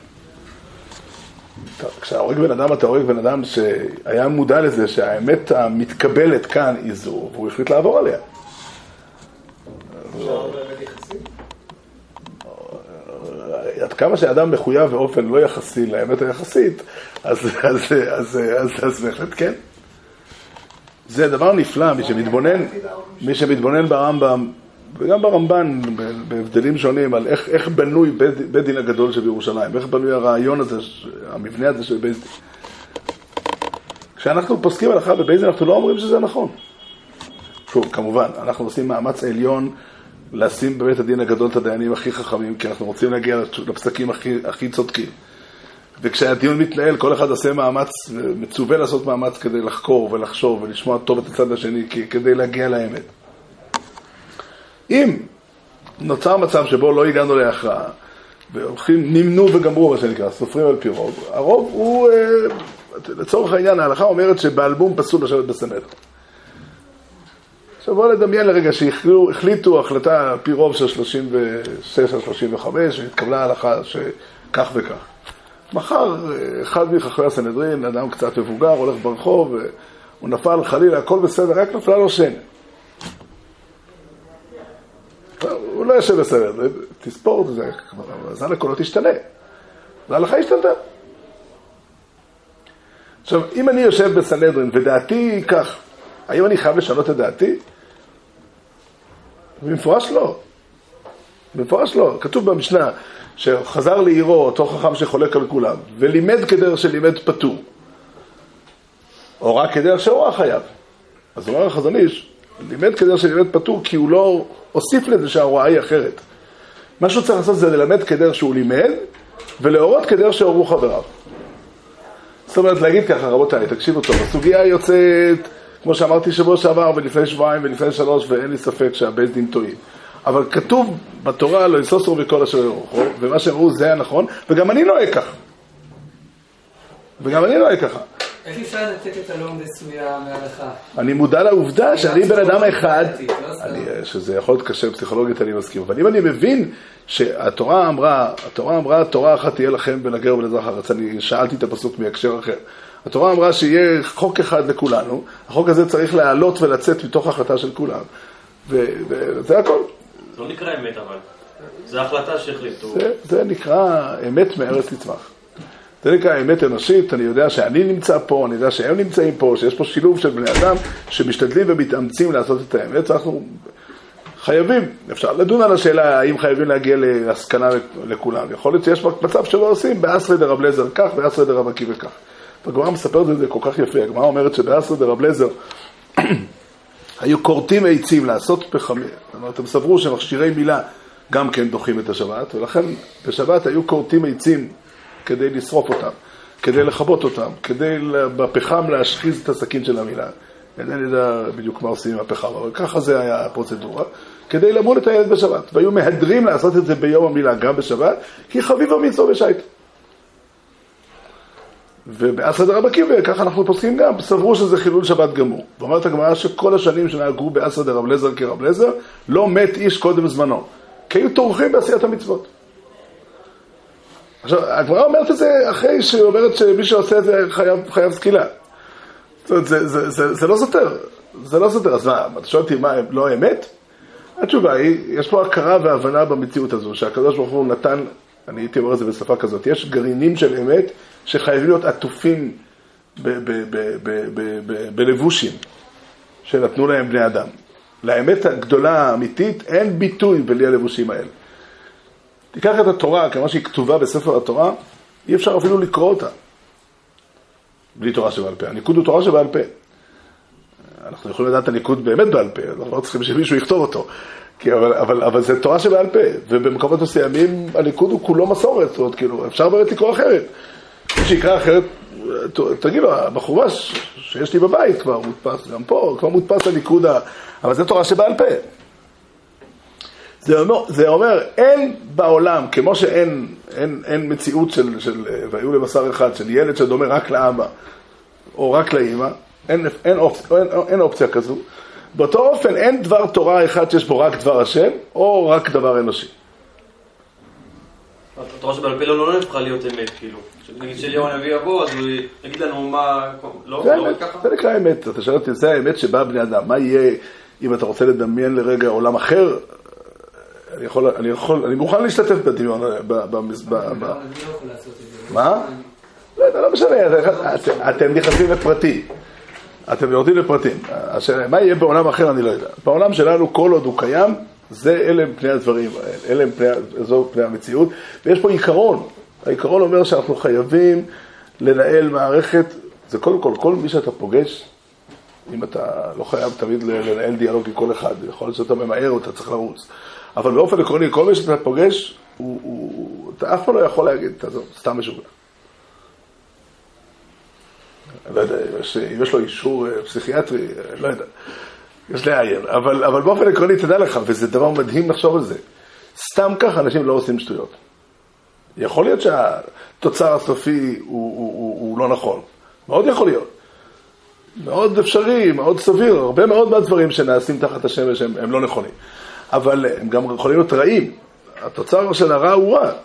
זה. כשהורג בן אדם, אתה הורג בן אדם שהיה מודע לזה שהאמת המתקבלת כאן היא זו, והוא החליט לעבור עליה. אפשר באמת יחסי? עד כמה שאדם מחויב באופן לא יחסי לאמת היחסית, אז בהחלט כן. זה דבר נפלא, מי שמתבונן ברמב"ם וגם ברמב"ן, בהבדלים שונים, על איך בנוי בית דין הגדול של ירושלים, איך בנוי הרעיון הזה, המבנה הזה של בית דין. כשאנחנו פוסקים הלכה בבית דין, אנחנו לא אומרים שזה נכון. שוב, כמובן, אנחנו עושים מאמץ עליון לשים בבית הדין הגדול את הדיינים הכי חכמים, כי אנחנו רוצים להגיע לפסקים הכי צודקים. וכשהדיון מתנהל, כל אחד עושה מאמץ, מצווה לעשות מאמץ כדי לחקור ולחשוב ולשמוע טוב את הצד השני, כדי להגיע לאמת. אם נוצר מצב שבו לא הגענו להכרעה, והולכים, נמנו וגמרו, מה שנקרא, סופרים על פי רוב, הרוב הוא, לצורך העניין, ההלכה אומרת שבאלבום פסול לשבת בסנהדרין. עכשיו בואו נדמיין לרגע שהחליטו החלטה על פי רוב של 36 על 35, והתקבלה ההלכה שכך וכך. מחר אחד מחכמי הסנהדרין, אדם קצת מבוגר, הולך ברחוב, הוא נפל חלילה, הכל בסדר, רק נפלה לו שן. הוא לא יושב בסדר, תספור את זה, אז הקולות ישתנה. וההלכה ישתנה. עכשיו, אם אני יושב בסנהדרין ודעתי כך, האם אני חייב לשנות את דעתי? במפורש לא. במפורש לא. כתוב במשנה שחזר לעירו אותו חכם שחולק על כולם, ולימד כדר שלימד פטור. או רק כדר שהוראה חייב. אז אומר החזון איש, לימד כדר שלימד פטור כי הוא לא הוסיף לזה שההוראה היא אחרת. מה שהוא צריך לעשות זה ללמד כדר שהוא לימד, ולהורות כדר שהורו חבריו. זאת אומרת, להגיד ככה, רבותיי, תקשיבו טוב, הסוגיה יוצאת, כמו שאמרתי שבוע שעבר, ולפני שבועיים ולפני 3, ואין לי ספק שהבית דין טועים. אבל כתוב בתורה, לא יסוסו וכל אשר ירוחו, ומה שאמרו זה הנכון, וגם אני נוהג ככה. וגם אני נוהג ככה. איך אפשר לתת את הלא מסוים מהלכה? אני מודע לעובדה שאני בן אדם אחד, שזה יכול להיות קשה פסיכולוגית, אני מסכים, אבל אם אני מבין שהתורה אמרה, תורה אחת תהיה לכם בין הגר ולאזרח הארץ, אני שאלתי את הפסוק מהקשר אחר. התורה אמרה שיהיה חוק אחד לכולנו, החוק הזה צריך לעלות ולצאת מתוך החלטה של כולם, וזה הכל. זה לא נקרא אמת אבל, זה החלטה שהחליטו. זה נקרא אמת מארץ תצמח. זה נקרא אמת אנושית, אני יודע שאני נמצא פה, אני יודע שהם נמצאים פה, שיש פה שילוב של בני אדם שמשתדלים ומתאמצים לעשות את האמת, אנחנו חייבים, אפשר לדון על השאלה האם חייבים להגיע להסכנה לכולם. יכול להיות שיש מצב שלא עושים, באסרי דרב לזר כך, באסרי דרב עקיבא כך. הגמרא מספרת את זה כל כך יפה, הגמרא אומרת שבאסרי דרב לזר היו קורטים עצים לעשות פחמים, זאת אומרת, הם סברו שמכשירי מילה גם כן דוחים את השבת, ולכן בשבת היו קורטים עצים כדי לשרוף אותם, כדי לחבות אותם, כדי בפחם להשחיז את הסכין של המילה. אינני יודע בדיוק מה עושים עם הפחם, אבל ככה זה היה הפרוצדורה, כדי למול את הילד בשבת. והיו מהדרים לעשות את זה ביום המילה, גם בשבת, כי חביב המצווה בשייט. ובאסרי דרב עקיבא, ככה אנחנו פוסקים גם, סברו שזה חילול שבת גמור. ואומרת הגמרא שכל השנים שנהגו באסרי דרב לזר כרב לזר, לא מת איש קודם זמנו, כי היו טורחים בעשיית המצוות. עכשיו, הגמרא אומרת את זה אחרי שהיא אומרת שמי שעושה את זה חייב סקילה. זאת אומרת, זה לא סותר. זה לא סותר. אז מה, אתה שואל אותי מה לא אמת? התשובה היא, יש פה הכרה והבנה במציאות הזו, שהקדוש ברוך הוא נתן, אני הייתי אומר את זה בשפה כזאת, יש גרעינים של אמת שחייבים להיות עטופים בלבושים שנתנו להם בני אדם. לאמת הגדולה האמיתית אין ביטוי בלי הלבושים האלה. תיקח את התורה, כמו שהיא כתובה בספר התורה, אי אפשר אפילו לקרוא אותה. בלי תורה שבעל פה. הניקוד הוא תורה שבעל פה. אנחנו יכולים לדעת את הניקוד באמת בעל פה, אנחנו לא צריכים שמישהו יכתוב אותו. אבל זה תורה שבעל פה, ובמקומות מסוימים הניקוד הוא כולו מסורת, זאת אומרת, כאילו, אפשר באמת לקרוא אחרת. מי שיקרא אחרת, תגיד לו, בחומש שיש לי בבית כבר מודפס, גם פה, כבר מודפס הניקוד, אבל זה תורה שבעל פה. זה אומר, אין בעולם, כמו שאין מציאות של והיו לבשר אחד, של ילד שדומה רק לאבא, או רק לאמא, אין אופציה כזו. באותו אופן, אין דבר תורה אחד שיש בו רק דבר השם, או רק דבר אנושי. התורה שבעל פה לא נפחה להיות אמת, כאילו. נגיד שאליהו הנביא יבוא, אז הוא יגיד לנו מה... לא ככה? זה נקרא אמת. אתה שואל אותי, זה האמת שבאה בני אדם. מה יהיה אם אתה רוצה לדמיין לרגע עולם אחר? אני מוכן להשתתף בדמיון. מה? לא משנה, אתם נכנסים לפרטים. אתם יורדים לפרטים. מה יהיה בעולם אחר אני לא יודע. בעולם שלנו כל עוד הוא קיים, אלה הם פני הדברים, זו פני המציאות, ויש פה עיקרון. העיקרון אומר שאנחנו חייבים לנהל מערכת, זה קודם כל מי שאתה פוגש, אם אתה לא חייב תמיד לנהל דיאלוג עם כל אחד, יכול להיות שאתה ממהר או אתה צריך לרוץ. אבל באופן עקרוני, כל מי שאתה פוגש, אתה אף פעם לא יכול להגיד, אתה סתם משוגע. לא יודע, אם יש לו אישור פסיכיאטרי, לא יודע. יש לעיין, אבל באופן עקרוני תדע לך, וזה דבר מדהים לחשוב על זה. סתם כך אנשים לא עושים שטויות. יכול להיות שהתוצר הסופי הוא לא נכון. מאוד יכול להיות. מאוד אפשרי, מאוד סביר. הרבה מאוד מהדברים שנעשים תחת השמש הם לא נכונים. אבל הם גם יכולים להיות רעים. התוצר של הרע הוא רע.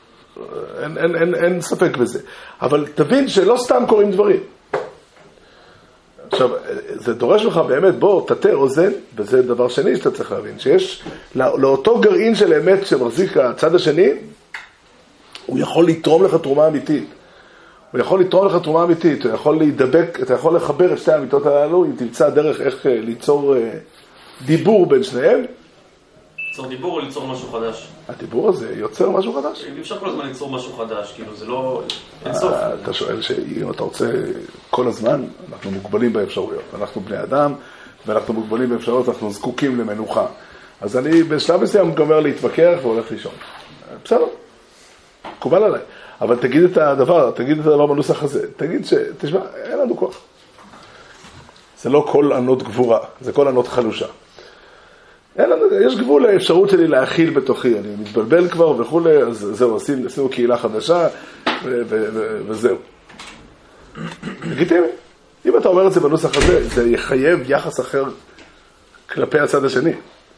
אין ספק בזה. אבל תבין שלא סתם קוראים דברים. עכשיו, זה דורש לך באמת, בוא, תטה אוזן, וזה דבר שני שאתה צריך להבין, שיש לאותו גרעין של אמת שמחזיק הצד השני, הוא יכול לתרום לך תרומה אמיתית. הוא יכול להידבק, אתה יכול לחבר את שתי האמיתות הללו, אם תמצא דרך איך ליצור דיבור בין שניהם. ליצור דיבור או ליצור משהו חדש? הדיבור הזה יוצר משהו חדש. אי אפשר כל הזמן ליצור משהו חדש, כאילו זה לא... אין סוף. אתה שואל שאם אתה רוצה כל הזמן, אנחנו מוגבלים באפשרויות. אנחנו בני אדם, ואנחנו מוגבלים באפשרויות, אנחנו זקוקים למנוחה. אז אני בשלב מסוים גומר להתווכח והולך לישון. בסדר, מקובל עליי. אבל תגיד את הדבר בנוסח הזה. תגיד תשמע, אין לנו כוח. זה לא כל ענות גבורה, זה כל ענות חלושה. יש גבול לאפשרות שלי להכיל בתוכי, אני מתבלבל כבר וכו', אז זהו, עשינו קהילה חדשה וזהו. לגיטימי. אם אתה אומר את זה בנוסח הזה, זה יחייב יחס אחר כלפי הצד השני.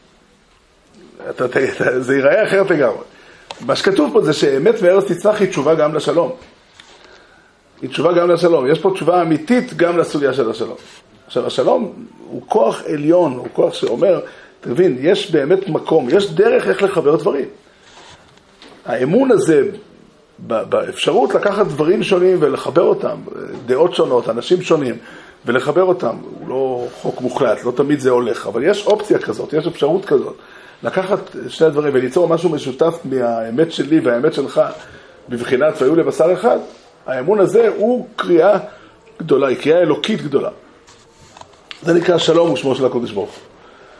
זה ייראה אחרת לגמרי. מה שכתוב פה זה שאמת וארץ תצמח היא תשובה גם לשלום. היא תשובה גם לשלום. יש פה תשובה אמיתית גם לסוגיה של השלום. עכשיו, השלום הוא כוח עליון, הוא כוח שאומר, תבין, יש באמת מקום, יש דרך איך לחבר דברים. האמון הזה, באפשרות לקחת דברים שונים ולחבר אותם, דעות שונות, אנשים שונים, ולחבר אותם, הוא לא חוק מוחלט, לא תמיד זה הולך, אבל יש אופציה כזאת, יש אפשרות כזאת, לקחת שני דברים וליצור משהו משותף מהאמת שלי והאמת שלך, בבחינת והיו לבשר אחד, האמון הזה הוא קריאה גדולה, היא קריאה אלוקית גדולה. זה נקרא שלום ושמו של הקדוש ברוך הוא.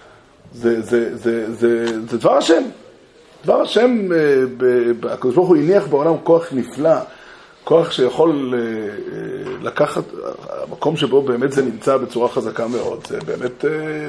זה דבר השם. דבר השם, הקדוש ברוך הוא הניח בעולם כוח נפלא, כוח שיכול לקחת, המקום שבו באמת זה נמצא בצורה חזקה מאוד, זה באמת,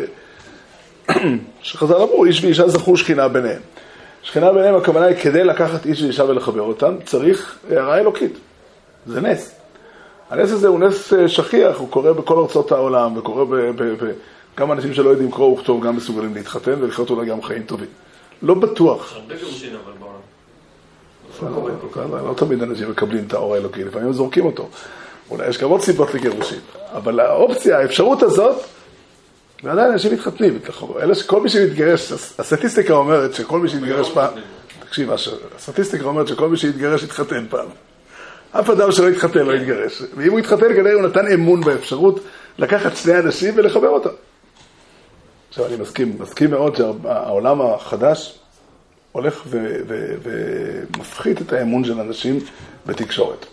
שחז"ל אמרו, איש ואישה זכו שכינה ביניהם. שכינה ביניהם, הכוונה היא, כדי לקחת איש ואישה ולחבר אותם, צריך הערה אלוקית. זה נס. הנס הזה הוא נס שכיח, הוא קורה בכל ארצות העולם, וקורה גם אנשים שלא יודעים קרוא וכתוב גם מסוגלים להתחתן ולחיות אולי גם חיים טובים. לא בטוח. הרבה גירושין אבל בעולם. לא תמיד אנשים מקבלים את האור האלוקי, לפעמים זורקים אותו. אולי יש כמות סיבות לגירושין. אבל האופציה, האפשרות הזאת, ועדיין אנשים מתחתנים. כל מי שמתגרש, הסטטיסטיקה אומרת שכל מי שמתגרש פעם, תקשיב, הסטטיסטיקה אומרת שכל מי שמתגרש יתחתן פעם. אף אדם שלא יתחתן לא יתגרש. ואם הוא יתחתן, כנראה הוא נתן אמון באפשרות לקחת שני אנשים ולחבר אותם. עכשיו אני מסכים מאוד שהעולם החדש הולך ומפחית את האמון של אנשים בתקשורת.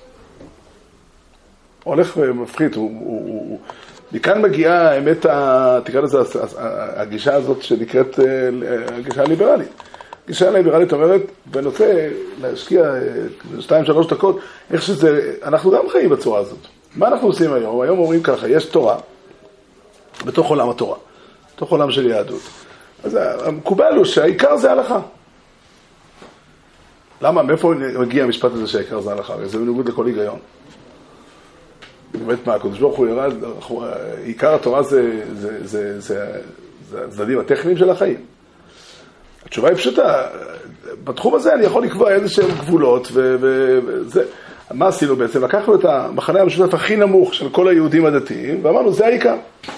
הולך ומפחית, מכאן מגיעה האמת, תקרא לזה, הגישה הזאת שנקראת הגישה הליברלית. הגישה הליברלית אומרת, ואני רוצה להשקיע 2-3 דקות, איך שזה, אנחנו גם חיים בצורה הזאת. מה אנחנו עושים היום? היום אומרים ככה, יש תורה, בתוך עולם התורה, בתוך עולם של יהדות. אז המקובל הוא שהעיקר זה הלכה. למה? מאיפה מגיע המשפט הזה שהעיקר זה הלכה? זה בניגוד לכל היגיון. באמת מה, הקדוש ברוך הוא ירד, עיקר התורה זה הצדדים הטכניים של החיים. התשובה היא פשוטה, בתחום הזה אני יכול לקבוע איזה שהם גבולות, וזה, מה עשינו בעצם? לקחנו את המחנה המשותף הכי נמוך של כל היהודים הדתיים, ואמרנו, זה העיקר.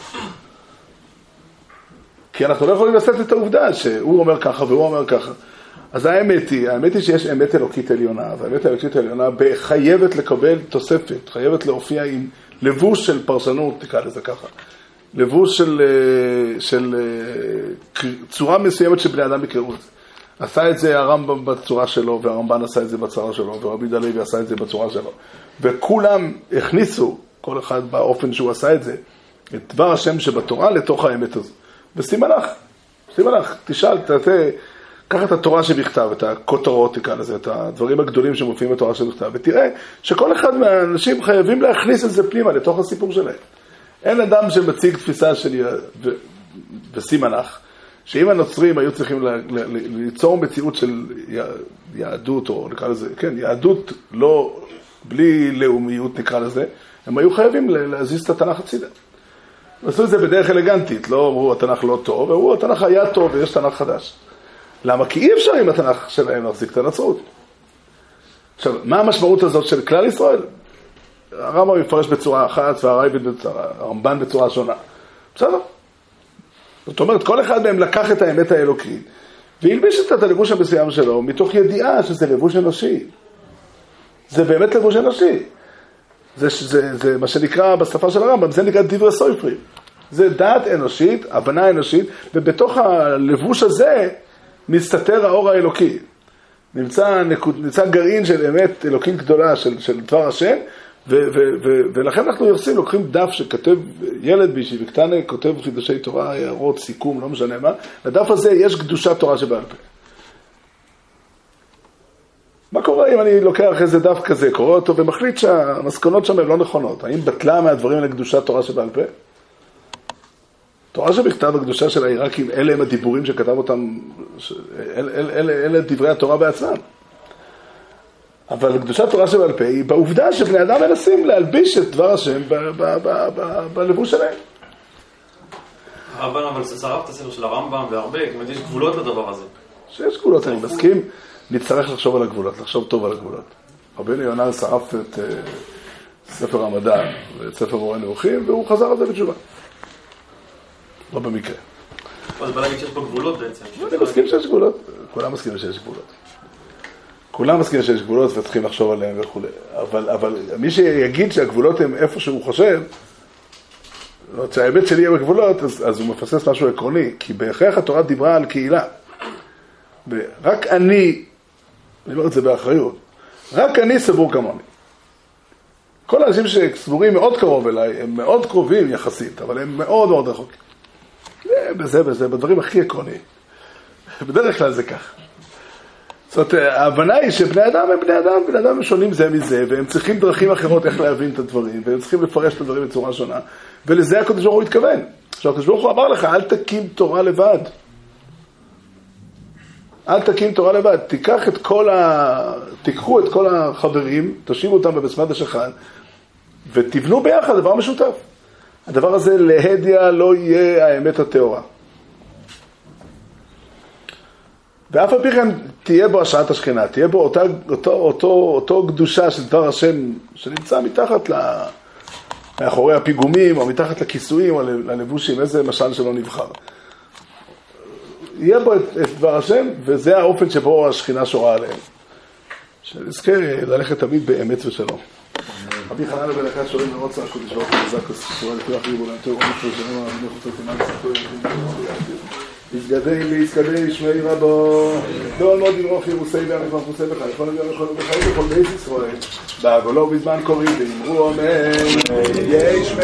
כי אנחנו לא יכולים לשאת את העובדה שהוא אומר ככה והוא אומר ככה. אז האמת היא שיש אמת אלוקית עליונה, והאמת אלוקית עליונה חייבת לקבל תוספת, חייבת להופיע עם לבוש של פרשנות, תקרא לזה ככה. לבוש של צורה מסוימת שבני אדם יקראו את זה. עשה את זה הרמב"ם בצורה שלו, והרמב"ן עשה את זה בצורה שלו, ורבי דלוי עשה את זה בצורה שלו. וכולם הכניסו, כל אחד באופן שהוא עשה את זה, את דבר השם שבתורה לתוך האמת הזו. ושים הלך, תשאל, קח את התורה שבכתב, את הכותרות, תקרא לזה, את הדברים הגדולים שמופיעים בתורה שבכתב, ותראה שכל אחד מהאנשים חייבים להכניס את זה פנימה לתוך הסיפור שלהם. אין אדם שמציג תפיסה של ושים הלך, שאם הנוצרים היו צריכים ליצור מציאות של יהדות, או נקרא לזה, כן, יהדות לא, בלי לאומיות נקרא לזה, הם היו חייבים להזיז את התנ"ך הצידה. ועשו את זה בדרך אלגנטית, לא אמרו התנ"ך לא טוב, אמרו התנ"ך היה טוב ויש תנ"ך חדש. למה? כי אי אפשר עם התנ"ך שלהם להחזיק את הנצרות. עכשיו, מה המשמעות הזאת של כלל ישראל? הרמב"ם יפרש בצורה אחת והרמב"ן בצורה שונה. בסדר? זאת אומרת, כל אחד מהם לקח את האמת האלוקית, והלביש את הלבוש המסוים שלו, מתוך ידיעה שזה לבוש אנושי. זה באמת לבוש אנושי. זה מה שנקרא בשפה של הרמב"ם, זה נקרא דברי סופרים. זה דעת אנושית, הבנה אנושית, ובתוך הלבוש הזה מסתתר האור האלוקי. נמצא גרעין של אמת אלוקית גדולה של דבר השם, ולכן אנחנו לוקחים דף שכתב ילד בישיבה קטנה, כותב חידושי תורה, הערות, סיכום, לא משנה מה, לדף הזה יש קדושת תורה שבעל פה. מה קורה אם אני לוקח איזה דף כזה, קורא אותו ומחליט שהמסקנות שם הן לא נכונות? האם בטלה מהדברים האלה קדושת תורה שבעל פה? תורה שבכתב הקדושה של העיראקים, אלה הם הדיבורים שכתב אותם, אלה דברי התורה בעצמם. אבל קדושת תורה שבעל פה היא בעובדה שבני אדם מנסים להלביש את דבר השם בלבוש שלהם. הרמב"ן אבל שרף את הספר של הרמב"ם והרבה, זאת אומרת, יש גבולות לדבר הזה. שיש גבולות, אני מסכים, נצטרך לחשוב על הגבולות, לחשוב טוב על הגבולות. רבנו יונה שרף את ספר המדע ואת ספר מורה נבוכים, והוא חזר על זה בתשובה. לא במקרה. אז בא להגיד שיש פה גבולות בעצם. אני מסכים שיש גבולות, כולם מסכימים שיש גבולות. כולם מסכימים שיש גבולות וצריכים לחשוב עליהם וכו'. אבל מי שיגיד שהגבולות הם איפה שהוא חושב, שהאמת שלי יהיה בגבולות, אז הוא מפסס משהו עקרוני, כי בהכרח התורה דיברה על קהילה. ורק אני אומר את זה באחריות, רק אני סבור כמוני. כל האנשים שסבורים מאוד קרוב אליי, הם מאוד קרובים יחסית, אבל הם מאוד מאוד רחוקים. בזה, בדברים הכי עקרוניים. בדרך כלל זה כך. זאת אומרת, ההבנה היא שבני אדם הם בני אדם שונים זה מזה, והם צריכים דרכים אחרות איך להבין את הדברים, והם צריכים לפרש את הדברים בצורה שונה, ולזה הקדוש ברוך הוא התכוון. עכשיו, הקדוש ברוך הוא אמר לך, אל תקים תורה לבד. אל תקים תורה לבד. תיקחו את כל החברים, תשיבו אותם בבסמדרש אחד, ותבנו ביחד דבר משותף. הדבר הזה להדיא לא יהיה האמת הטהורה. ואף על פי כן תהיה בו השראת השכינה, תהיה בו אותו קדושה של דבר השם שנמצא מתחת מאחורי הפיגומים או מתחת לכיסויים או ללבושים, איזה משל שלא נבחר. יהיה בו את דבר השם, וזה האופן שבו השכינה שורה עליהם. שנזכה ללכת תמיד באמת ושלום. רבי חנן בן עקד שואל מרוץ הקודש ברוך הוא חזק וסורה לפי אחרי בולן תאור ומצווה שלום הרבי חוצות תימן יסגדי ישמעי רבו דול מאוד יברוך ירוסי ואני כבר חוצה בך יכול להיות יכול בכל בית ישראל בעגולו בזמן קוראים ואמרו אמן